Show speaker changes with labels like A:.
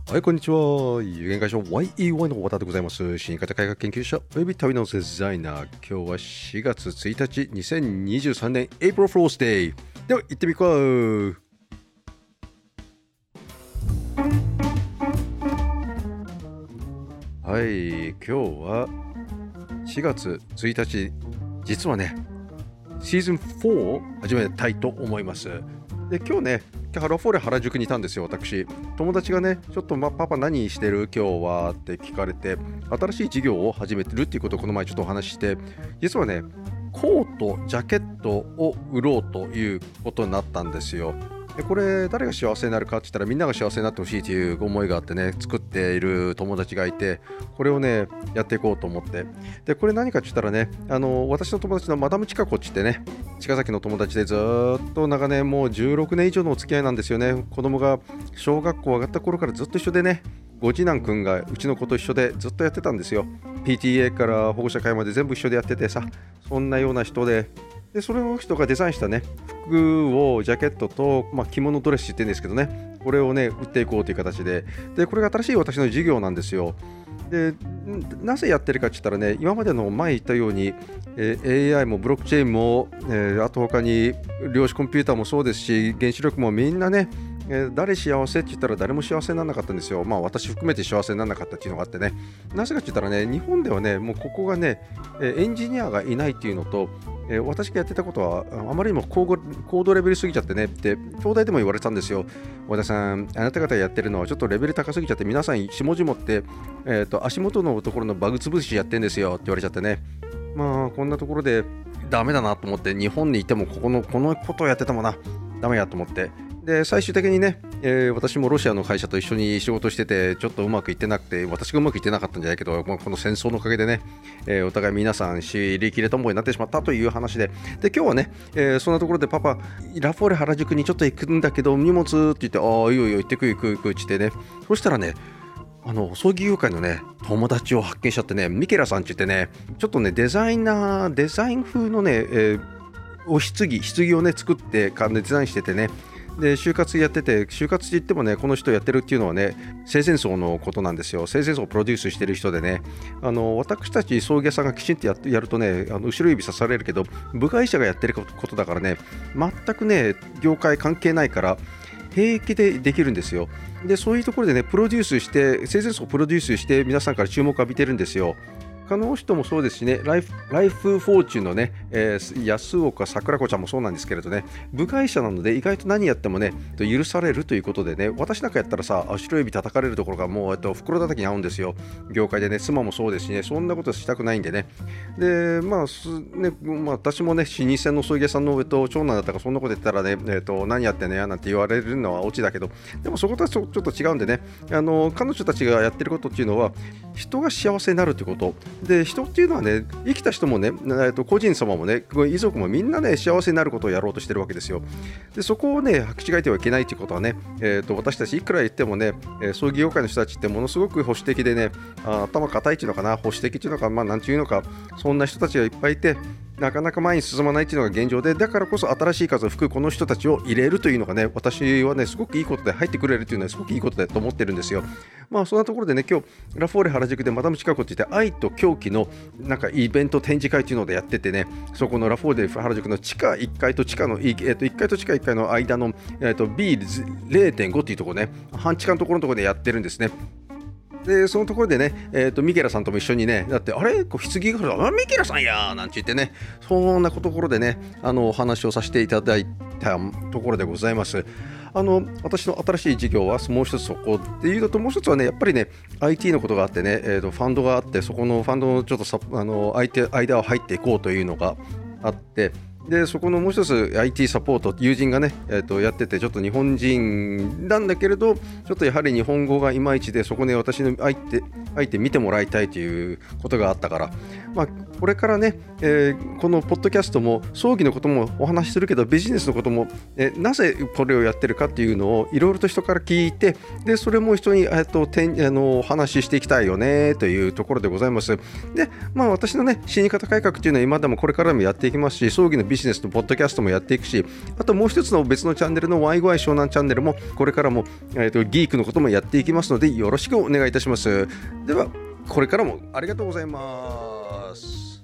A: はい、こんにちは。有限会社 YEY の和田でございます。新型改革研究者、および旅のデザイナー。今日は4月1日、2023年 April Fool's Day。では、行ってみこう。はい、今日は4月1日、実はね、シーズン4を始めたいと思います。で、今日ね、ラフォーレ原宿にいたんですよ、私。友達がね、ちょっとパパ何してる今日はって聞かれて、新しい事業を始めてるっていうことをこの前ちょっとお話しして、実はね、コート、ジャケットを売ろうということになったんですよ。でこれ誰が幸せになるかって言ったらみんなが幸せになってほしいという思いがあってね作っている友達がいてこれをねやっていこうと思ってでこれ何かって言ったらね私の友達のマダムチカコっちってね茅ヶ崎の友達でずっと長年もう16年以上のお付き合いなんですよね。子供が小学校上がった頃からずっと一緒でねご次男くんがうちの子と一緒でずっとやってたんですよ。 PTA から保護者会まで全部一緒でやっててさそんなような人でそれの人がデザインしたね服をジャケットと、着物ドレスって言ってるんですけどねこれをね売っていこうという形でこれが新しい私の事業なんですよ。でなぜやってるかって言ったらね今までの前言ったように、AI もブロックチェーンも、あと他に量子コンピューターもそうですし原子力もみんなね誰幸せって言ったら誰も幸せにならなかったんですよ。私含めて幸せにならなかったっていうのがあってねなぜかって言ったらね日本ではねもうここがねエンジニアがいないっていうのと私がやってたことはあまりにも高度レベルすぎちゃってねって東大でも言われたんですよ。和田さんあなた方やってるのはちょっとレベル高すぎちゃって皆さん下々って、足元のところのバグ潰しやってんですよって言われちゃってねこんなところでダメだなと思って日本にいてもこのことをやってたもんなダメやと思ってで最終的にね、私もロシアの会社と一緒に仕事しててちょっとうまくいってなくて私がうまくいってなかったんじゃないけど、この戦争のおかげでね、お互い皆さん知りきれたもになってしまったという話で今日はね、そんなところでパパラフォーレ原宿にちょっと行くんだけど荷物って言っていいよいいよ行ってく行くって言ってねそしたらね葬儀業界のね友達を発見しちゃってねミケラさんって言ってねちょっとねデザイン風のね、棺をね作ってデザインしててねで就活やってて就活って言ってもねこの人やってるっていうのはね生前葬のことなんですよ。生前葬をプロデュースしてる人でね私たち葬儀屋さんがきちんとやるとね後ろ指さされるけど部外者がやってることだからね全くね業界関係ないから平気でできるんですよ。でそういうところでねプロデュースして生前葬をプロデュースして皆さんから注目を浴びてるんですよ。他の人もそうですしねライフフォーチュンのね、安岡桜子ちゃんもそうなんですけれどね部外者なので意外と何やってもね許されるということでね私なんかやったらさ後ろ指叩かれるところがもう袋叩きに合うんですよ。業界でね妻もそうですしねそんなことしたくないんでねで私もね老舗の葬儀屋さんの長男だったからそんなこと言ったらね、何やってんのやなんて言われるのはオチだけどでもそことはちょっと違うんでね彼女たちがやってることっていうのは人が幸せになるということで人っていうのはね生きた人もね、個人様もね遺族もみんなね幸せになることをやろうとしてるわけですよ。でそこをね履き違えてはいけないということはね、私たちいくら言ってもね葬儀業界の人たちってものすごく保守的でね頭固いっていうのかな保守的っていうのかなんていうのかそんな人たちがいっぱいいてなかなか前に進まないっていうのが現状でだからこそ新しい風を吹くこの人たちを入れるというのがね私はねすごくいいことで入ってくれるというのはすごくいいことだと思ってるんですよ。そんなところでね今日ラフォーレ原宿でマダムチカコって言って愛と狂気のなんかイベント展示会っていうのでやっててねそこのラフォーレ原宿の地下1階と地下の、1階と地下1階の間の、B0.5 っていうところね半地下のところのところでやってるんですね。でそのところでね、ミケラさんとも一緒にねだって棺があるミケラさんやなんて言ってねそんなところでねお話をさせていただいたところでございます。私の新しい事業はもう一つそこっていうのともう一つはねやっぱりね IT のことがあってね、ファンドがあってそこのファンドのちょっと間を入っていこうというのがあってでそこのもう一つ IT サポート友人がね、やっててちょっと日本人なんだけれどちょっとやはり日本語がいまいちでそこで私の相手見てもらいたいということがあったからこれからね、このポッドキャストも葬儀のこともお話しするけど、ビジネスのことも、なぜこれをやってるかっていうのをいろいろと人から聞いて、でそれも一緒にお話ししていきたいよねというところでございます。で、私のね、死に方改革っていうのは今でもこれからもやっていきますし、葬儀のビジネスのポッドキャストもやっていくし、あともう一つの別のチャンネルのワイゴアイ湘南チャンネルもこれからも、ギークのこともやっていきますので、よろしくお願いいたします。ではこれからもありがとうございます。